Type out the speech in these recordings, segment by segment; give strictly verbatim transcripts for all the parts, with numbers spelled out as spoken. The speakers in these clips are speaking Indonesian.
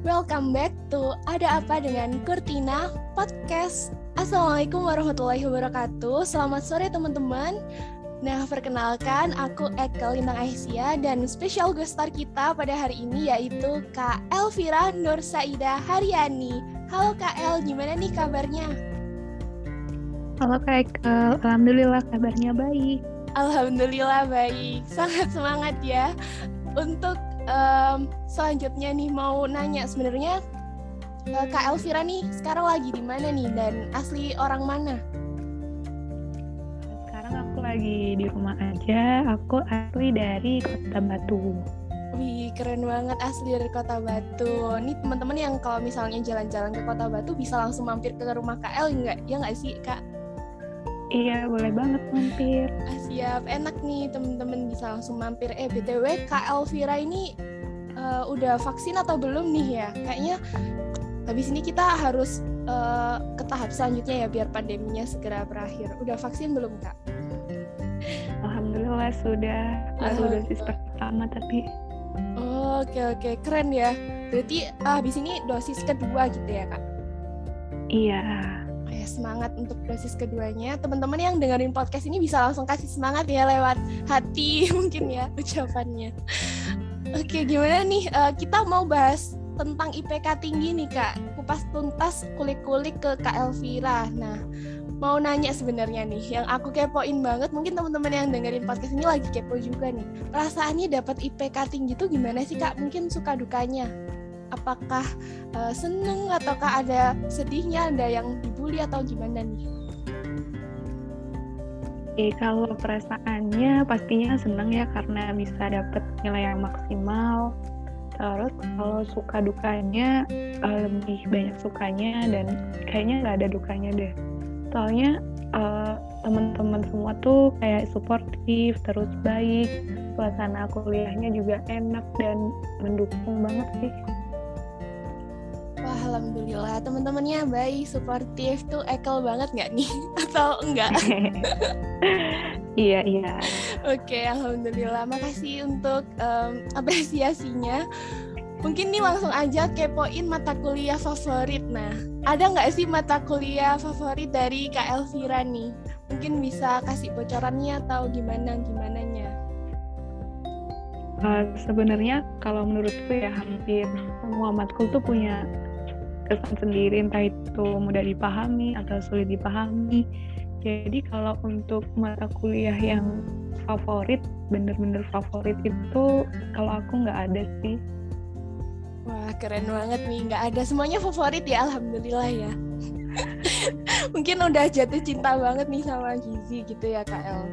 welcome back to Ada Apa Dengan Kurtina Podcast. Assalamualaikum warahmatullahi wabarakatuh. Selamat sore teman-teman. Nah, perkenalkan aku Ekel Lintang Aisyah dan spesial guest star kita pada hari ini yaitu Kak Elvira Nur Saida Haryani. Halo Kak El, gimana nih kabarnya? Halo Kak Ekel, alhamdulillah kabarnya baik. Alhamdulillah baik, sangat semangat ya. Untuk um, selanjutnya nih mau nanya sebenarnya uh, Kak Elvira nih sekarang lagi di mana nih dan asli orang mana? Sekarang aku lagi di rumah aja, aku asli dari Kota Batu. Wih, keren banget asli dari Kota Batu. Nih teman-teman yang kalau misalnya jalan-jalan ke Kota Batu bisa langsung mampir ke rumah Kak El enggak? Ya nggak sih Kak? Iya, boleh banget mampir. Ah, siap, enak nih teman-teman bisa langsung mampir. Eh, B T W Kak Elvira ini uh, udah vaksin atau belum nih ya? Kayaknya habis ini kita harus uh, ke tahap selanjutnya ya biar pandeminya segera berakhir. Udah vaksin belum Kak? Alhamdulillah sudah, baru dosis pertama tapi. Oh, oke oke, keren ya. Berarti ah, habis ini dosis kedua gitu ya Kak? Iya. Ya, semangat untuk dosis keduanya. Teman-teman yang dengerin podcast ini bisa langsung kasih semangat ya lewat hati mungkin ya ucapannya. Oke, gimana nih? Uh, kita mau bahas tentang I P K tinggi nih Kak. Kupas tuntas kulik-kulik ke Kak Elvira. Nah, mau nanya sebenarnya nih, yang aku kepoin banget, mungkin teman-teman yang dengerin podcast ini lagi kepo juga nih. Perasaannya dapat I P K tinggi itu gimana sih Kak? Mungkin suka dukanya. Apakah uh, seneng ataukah ada sedihnya, ada yang dibully atau gimana nih? Oke, kalau perasaannya pastinya seneng ya karena bisa dapat nilai yang maksimal. Terus kalau suka dukanya uh, lebih banyak sukanya dan kayaknya nggak ada dukanya deh. Soalnya uh, teman-teman semua tuh kayak suportif, terus baik, suasana kuliahnya juga enak dan mendukung banget sih. Wah, alhamdulillah teman-temannya baik, suportif tuh Ekel banget nggak nih? Atau enggak? Iya, iya. Oke, alhamdulillah. Makasih untuk um, apresiasinya. Mungkin nih langsung aja kepoin mata kuliah favorit. Nah, ada nggak sih mata kuliah favorit dari Kak Elvira nih? Mungkin bisa kasih bocorannya atau gimana-gimananya? Uh, sebenarnya kalau menurutku ya hampir semua matkul tuh punya kesan sendiri, entah itu mudah dipahami atau sulit dipahami. Jadi kalau untuk mata kuliah yang favorit, bener-bener favorit itu kalau aku nggak ada sih. Wah, keren banget nih, nggak ada, semuanya favorit ya, alhamdulillah ya. Mungkin udah jatuh cinta banget nih sama gizi gitu ya Kak El.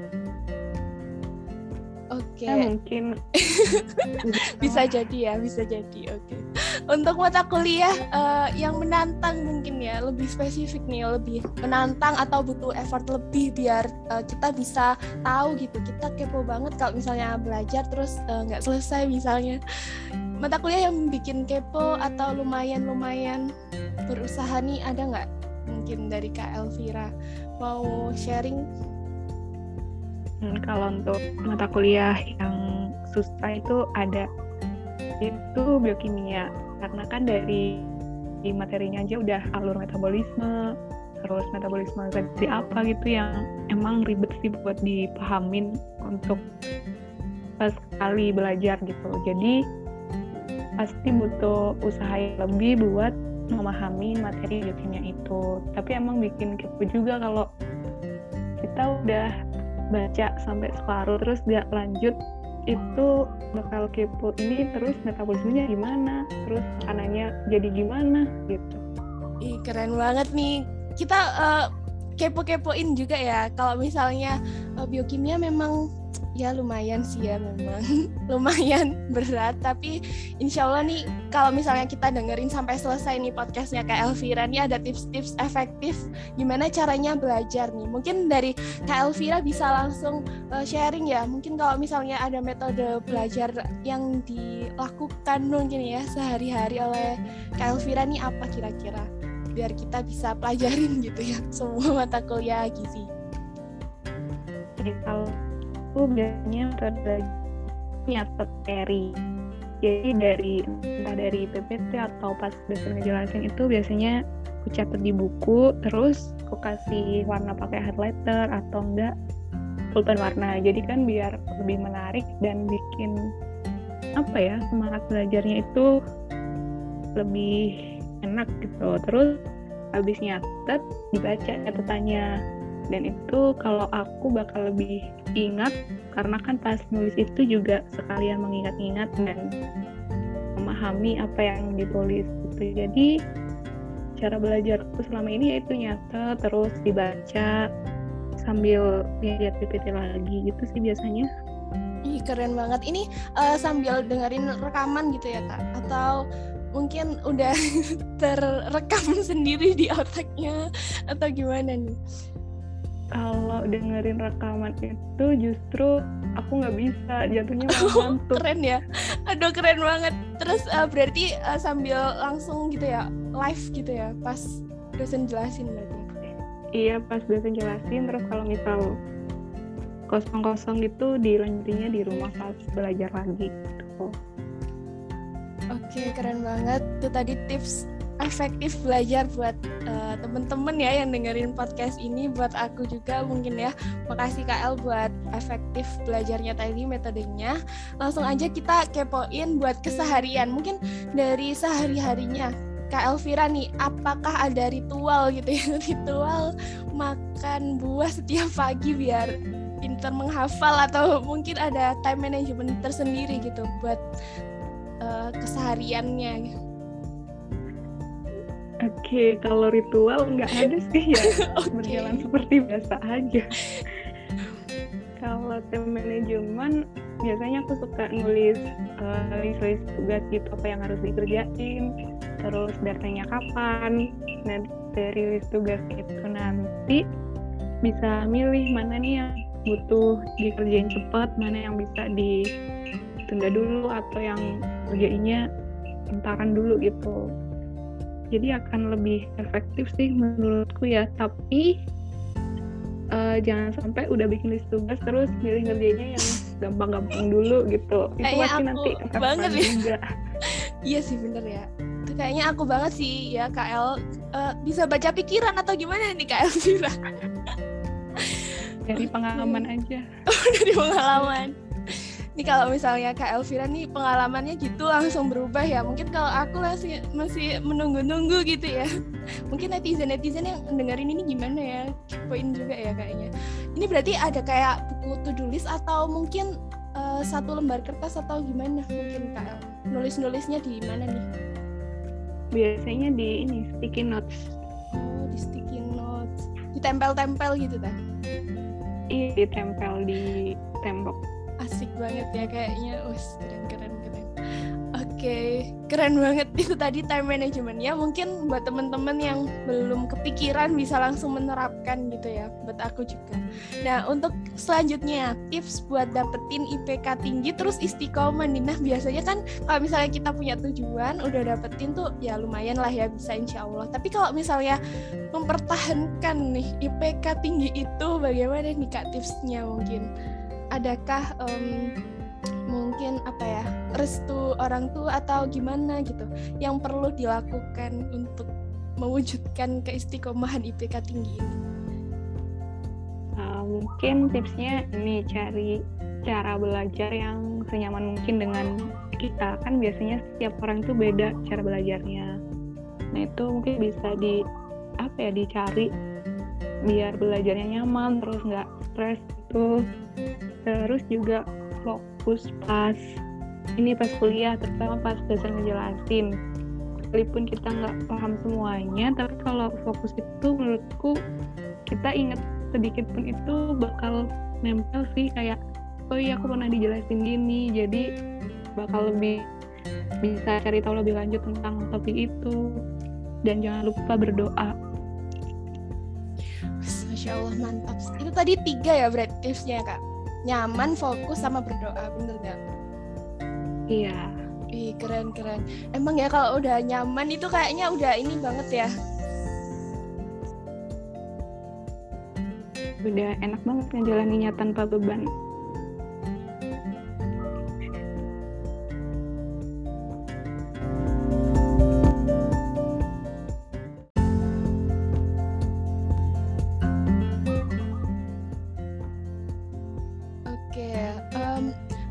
Oke. Ya, mungkin bisa jadi ya, bisa jadi. Oke. Untuk mata kuliah uh, yang menantang mungkin ya, lebih spesifik nih, lebih menantang atau butuh effort lebih biar uh, kita bisa tahu gitu. Kita kepo banget kalau misalnya belajar terus nggak uh, selesai misalnya. Mata kuliah yang bikin kepo atau lumayan-lumayan berusaha nih ada nggak? Mungkin dari Kak Elvira mau sharing? Hmm, kalau untuk mata kuliah yang susah itu ada, itu biokimia, karena kan dari di materinya aja udah alur metabolisme, terus metabolisme zat apa gitu yang emang ribet sih buat dipahamin untuk pas kali belajar gitu. Jadi pasti butuh usaha yang lebih buat memahami materi biokimia itu. Tapi emang bikin kepo juga kalau kita udah baca sampai separuh terus gak lanjut, itu bakal kepo ini terus metabolismenya gimana, terus makanannya jadi gimana gitu. Ih, keren banget nih. Kita uh, kepo-kepoin juga ya kalau misalnya uh, biokimia memang ya lumayan sih ya, memang lumayan berat, tapi insya Allah nih kalau misalnya kita dengerin sampai selesai nih podcastnya Kak Elvira nih ada tips-tips efektif gimana caranya belajar nih. Mungkin dari Kak Elvira bisa langsung uh, sharing ya, mungkin kalau misalnya ada metode belajar yang dilakukan mungkin ya sehari-hari oleh Kak Elvira nih apa kira-kira biar kita bisa pelajarin gitu ya semua mata kuliah gizi. Jadi kalau aku biasanya metode nyatet materi. Jadi dari entah dari P P T atau pas dosen ngejelasin itu biasanya aku catat di buku, terus aku kasih warna pakai highlighter atau enggak pulpen warna. Jadi kan biar lebih menarik dan bikin apa ya, semangat belajarnya itu lebih enak gitu. Terus habis nyatet dibaca catatannya, dan itu kalau aku bakal lebih ingat karena kan pas nulis itu juga sekalian mengingat-ingat dan memahami apa yang ditulis gitu. Jadi cara belajarku selama ini yaitu nyatet terus dibaca sambil lihat P P T lagi gitu sih biasanya. Ih, keren banget. Ini uh, sambil dengerin rekaman gitu ya Kak? Atau mungkin udah terrekam sendiri di otaknya atau gimana nih? Kalau dengerin rekaman itu justru aku nggak bisa, jatuhnya malah ngantuk. Keren ya, aduh keren banget. Terus uh, berarti uh, sambil langsung gitu ya, live gitu ya, pas dosen jelasin berarti? Iya, pas dosen jelasin. Terus kalau misal kosong-kosong gitu dilanjutinnya di rumah pas belajar lagi gitu. Oke, keren banget. Itu tadi tips efektif belajar buat uh, temen-temen ya yang dengerin podcast ini, buat aku juga mungkin ya. Makasih Kak El buat efektif belajarnya tadi, metodenya. Langsung aja kita kepoin buat keseharian. Mungkin dari sehari-harinya Kak Elvira nih, apakah ada ritual gitu ya, ritual makan buah setiap pagi biar pintar menghafal, atau mungkin ada time management tersendiri gitu buat uh, kesehariannya? Oke, kalau ritual nggak ada sih ya, okay. Berjalan seperti biasa aja. Kalau time management, biasanya aku suka nulis uh, list-list tugas gitu, apa yang harus dikerjain, terus datanya kapan. Nah, dari list tugas itu nanti bisa milih mana nih yang butuh dikerjain cepat, mana yang bisa ditunda dulu, atau yang kerjainnya entaran dulu gitu. Jadi akan lebih efektif sih menurutku ya. Tapi uh, jangan sampai udah bikin list tugas terus milih ngerjainnya yang gampang-gampang dulu gitu. Itu kayaknya pasti aku nanti banget ya. juga. Iya sih, bener ya. Itu kayaknya aku banget sih ya Kak El. Uh, bisa baca pikiran atau gimana nih Kak Elvira? Dari pengalaman aja. Dari pengalaman. Nih kalau misalnya Kak Elvira nih pengalamannya gitu langsung berubah ya. Mungkin kalau aku masih masih menunggu-nunggu gitu ya. Mungkin netizen-netizen yang dengerin ini gimana ya, kepoin juga ya kayaknya. Ini berarti ada kayak buku to-do list atau mungkin uh, satu lembar kertas atau gimana mungkin Kak El? Nulis-nulisnya di mana nih? Biasanya di ini sticky notes. Oh, di sticky notes. Ditempel-tempel gitu kan? Iya, ditempel di tembok. Asik banget ya kayaknya. Us, keren keren keren. Oke, keren banget itu tadi time management ya. Mungkin buat teman-teman yang belum kepikiran bisa langsung menerapkan gitu ya. Buat aku juga. Nah, untuk selanjutnya tips buat dapetin I P K tinggi terus istiqomah nih. Nah, biasanya kan kalau misalnya kita punya tujuan, udah dapetin tuh ya lumayan lah ya, bisa insya Allah. Tapi kalau misalnya mempertahankan nih I P K tinggi itu bagaimana nih Kak tipsnya mungkin? Adakah um, mungkin apa ya, restu orang tua atau gimana gitu yang perlu dilakukan untuk mewujudkan keistiqomahan I P K tinggi ini? Uh, mungkin tipsnya ini, cari cara belajar yang senyaman mungkin dengan kita. Kan biasanya setiap orang itu beda cara belajarnya. Nah itu mungkin bisa di apa ya dicari biar belajarnya nyaman, terus nggak stres gitu. Terus juga fokus pas ini pas kuliah, terutama pas dosen ngejelasin. Sekalipun kita nggak paham semuanya, tapi kalau fokus itu menurutku kita ingat sedikit pun itu bakal nempel sih, kayak oh iya aku pernah dijelasin gini, jadi bakal lebih bisa cari tahu lebih lanjut tentang topik itu. Dan jangan lupa berdoa. Masya Allah, mantap. Itu tadi tiga ya berarti tipsnya Kak? Nyaman, fokus, sama berdoa, bener gak? Iya. Ih, keren-keren. Emang ya kalau udah nyaman itu kayaknya udah ini banget ya. Udah enak banget ngejalaninnya tanpa beban.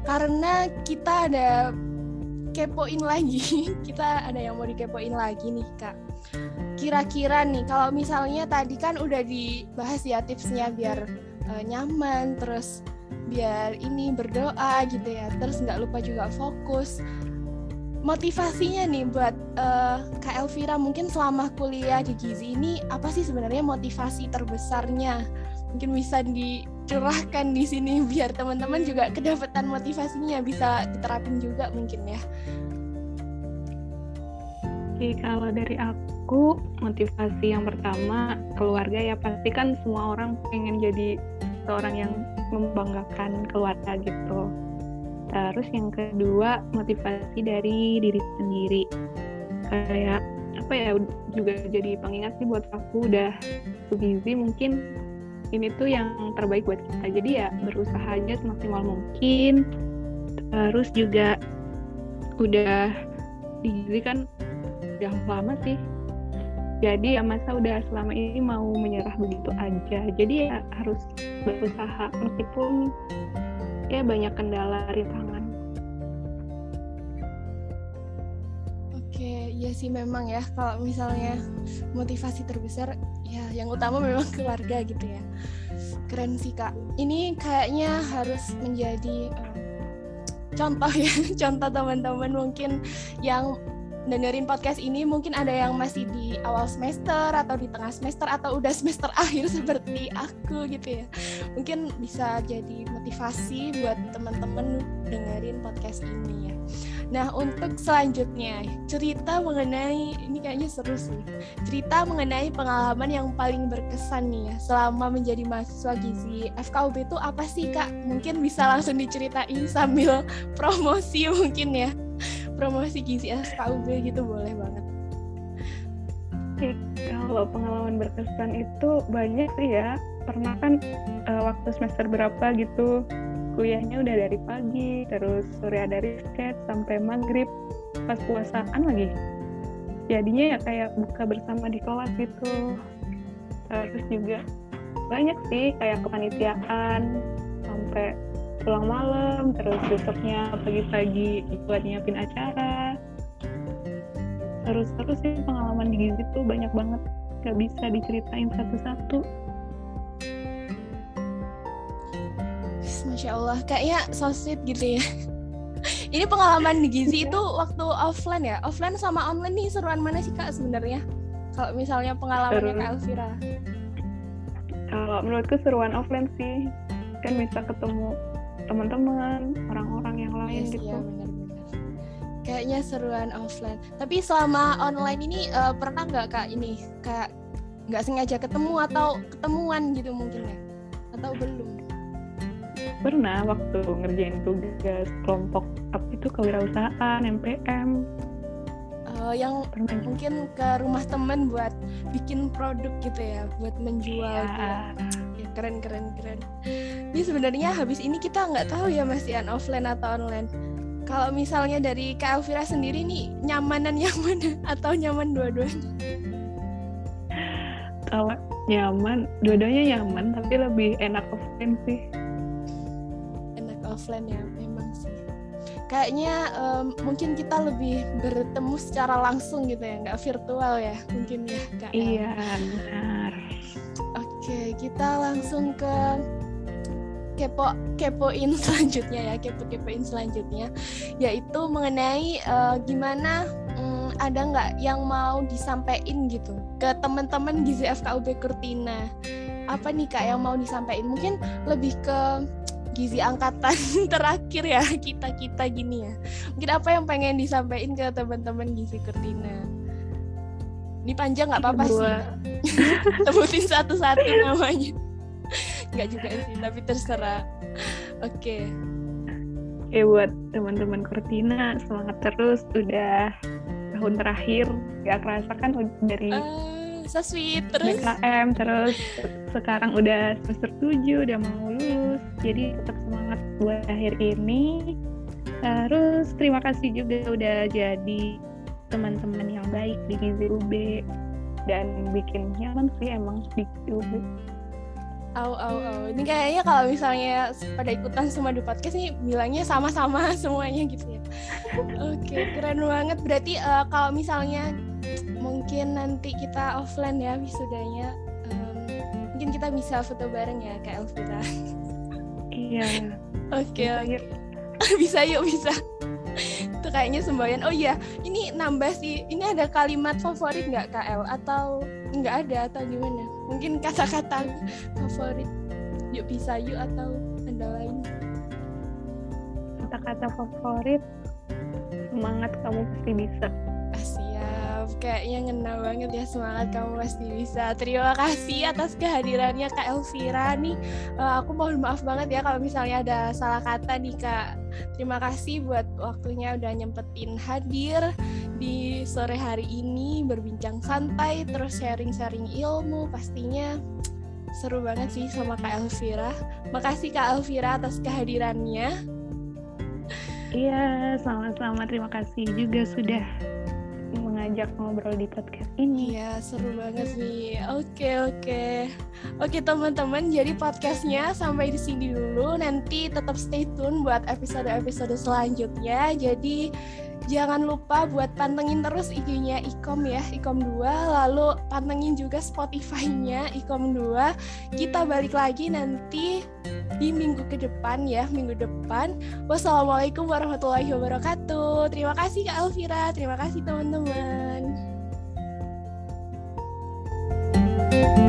karena kita ada kepoin lagi. Kita ada yang mau dikepoin lagi nih Kak. Kira-kira nih kalau misalnya tadi kan udah dibahas ya tipsnya biar uh, nyaman, terus biar ini berdoa gitu ya, terus nggak lupa juga fokus. Motivasinya nih buat uh, Kak Elvira mungkin selama kuliah di Gizi ini apa sih sebenarnya motivasi terbesarnya? Mungkin bisa dicurahkan di sini biar teman-teman juga kedapatan motivasinya, bisa diterapin juga mungkin ya. Oke, kalau dari aku motivasi yang pertama keluarga ya, pasti kan semua orang pengen jadi seorang yang membanggakan keluarga gitu. Terus yang kedua motivasi dari diri sendiri, kayak apa ya, juga jadi pengingat sih buat aku udah Gizi mungkin ini tuh yang terbaik buat kita, jadi ya berusaha aja semaksimal mungkin. Terus juga udah di Gizi kan udah lama sih, jadi ya masa udah selama ini mau menyerah begitu aja, jadi ya harus berusaha meskipun ya banyak kendala, rintangan. Oke, iya sih memang ya, kalau misalnya motivasi terbesar ya yang utama memang keluarga gitu ya. Keren sih Kak, ini kayaknya harus menjadi um, contoh ya, contoh teman-teman mungkin yang dengerin podcast ini, mungkin ada yang masih di awal semester atau di tengah semester atau udah semester akhir seperti aku gitu ya. Mungkin bisa jadi motivasi buat teman-teman dengerin podcast ini ya. Nah, untuk selanjutnya cerita mengenai, ini kayaknya seru sih, cerita mengenai pengalaman yang paling berkesan nih ya selama menjadi mahasiswa Gizi F K U B itu apa sih Kak? Mungkin bisa langsung diceritain sambil promosi mungkin ya, promosi Gizi F K U B gitu boleh banget. Oke, kalau pengalaman berkesan itu banyak sih ya. Pernah kan uh, waktu semester berapa gitu, kuliahnya udah dari pagi, terus sore ada risket sampai maghrib, pas puasaan lagi. Jadinya ya kayak buka bersama di kelas gitu. Terus juga banyak sih kayak kepanitiaan sampai pulang malam, terus besoknya pagi-pagi buat nyiapin acara. Terus-terus sih pengalaman di Gizi tuh banyak banget, gak bisa diceritain satu-satu. Masya Allah, kayaknya so sweet gitu ya. Ini pengalaman di Gizi itu waktu offline ya? Offline sama online nih seruan mana sih Kak sebenarnya? Kalau misalnya pengalamannya Kak Elvira. Kalau menurutku seruan offline sih, kan bisa ketemu teman-teman, orang-orang yang lain yes, gitu. Iya, benar-benar. Kayaknya seruan offline. Tapi selama online ini uh, pernah nggak Kak ini kayak nggak sengaja ketemu atau ketemuan gitu mungkin ya? Atau belum? Pernah waktu ngerjain tugas kelompok apa itu kewirausahaan M P M. Uh, yang pernah. Mungkin ke rumah teman buat bikin produk gitu ya, buat menjual. Ya. Gitu. Ya keren keren keren. Ini sebenarnya habis ini kita nggak tahu ya masihan offline atau online. Kalau misalnya dari Kak Elvira sendiri nih, nyamanan yang mana atau nyaman dua-duanya? Kalau nyaman, dua-duanya nyaman, tapi lebih enak offline sih. Offline ya memang sih kayaknya um, mungkin kita lebih bertemu secara langsung gitu ya, nggak virtual ya mungkin ya Kak. Iya benar. Oke, kita langsung ke kepo kepoin selanjutnya ya, kepo kepoin selanjutnya yaitu mengenai uh, gimana um, ada nggak yang mau disampaikan gitu ke teman-teman Gizi F K U B Kurtina. Apa nih Kak yang mau disampaikan? Mungkin lebih ke Gizi angkatan terakhir ya, kita-kita gini ya. Mungkin apa yang pengen disampaikan ke teman-teman Gizi Kurtina? Ini panjang nggak apa-apa sih. Sebutin satu-satu namanya. Nggak juga sih, tapi terserah. Oke. Oke, buat teman-teman Kurtina, semangat terus. Udah tahun terakhir, gak kerasa kan dari... Uh... So sweet, terus B K M, terus sekarang udah semester tujuh, udah mau lulus, jadi tetap semangat buat akhir ini. Terus terima kasih juga udah jadi teman-teman yang baik di Gizi U B dan bikin nyaman sih emang di Gizi U B. Au, au, au. Ini kayaknya kalau misalnya pada ikutan semua di podcast nih bilangnya sama-sama semuanya gitu ya. Oke, keren banget. Berarti uh, kalau misalnya mungkin nanti kita offline ya wisudanya, um, mungkin kita bisa foto bareng ya Kak Elvira. Iya. Oke, oke. Bisa yuk, bisa. Itu kayaknya semboyan. Oh iya, ini nambah sih. Ini ada kalimat favorit nggak Kak El? Atau nggak ada atau gimana? Mungkin kata-kata favorit. Yuk bisa yuk atau ada lain? Kata-kata favorit, semangat kamu pasti bisa. Ah, siap, kayaknya ngena banget ya, semangat kamu pasti bisa. Terima kasih atas kehadirannya Kak Elvira nih. Uh, aku mohon maaf banget ya kalau misalnya ada salah kata nih Kak. Terima kasih buat waktunya udah nyempetin hadir di sore hari ini, berbincang santai, terus sharing-sharing ilmu. Pastinya seru banget sih sama Kak Elvira. Makasih Kak Elvira atas kehadirannya. Iya, sama-sama. Terima kasih juga sudah mengajak ngobrol di podcast ini. Iya, seru banget nih. Oke, oke. Oke, teman-teman, jadi podcastnya sampai di sini dulu. Nanti tetap stay tune buat episode-episode selanjutnya. Jadi jangan lupa buat pantengin terus I G-nya Ikom ya, Ikom dua, lalu pantengin juga Spotify-nya Ikom dua. Kita balik lagi nanti di minggu ke depan ya, minggu depan. Wassalamualaikum warahmatullahi wabarakatuh. Terima kasih Kak Elvira, terima kasih teman-teman.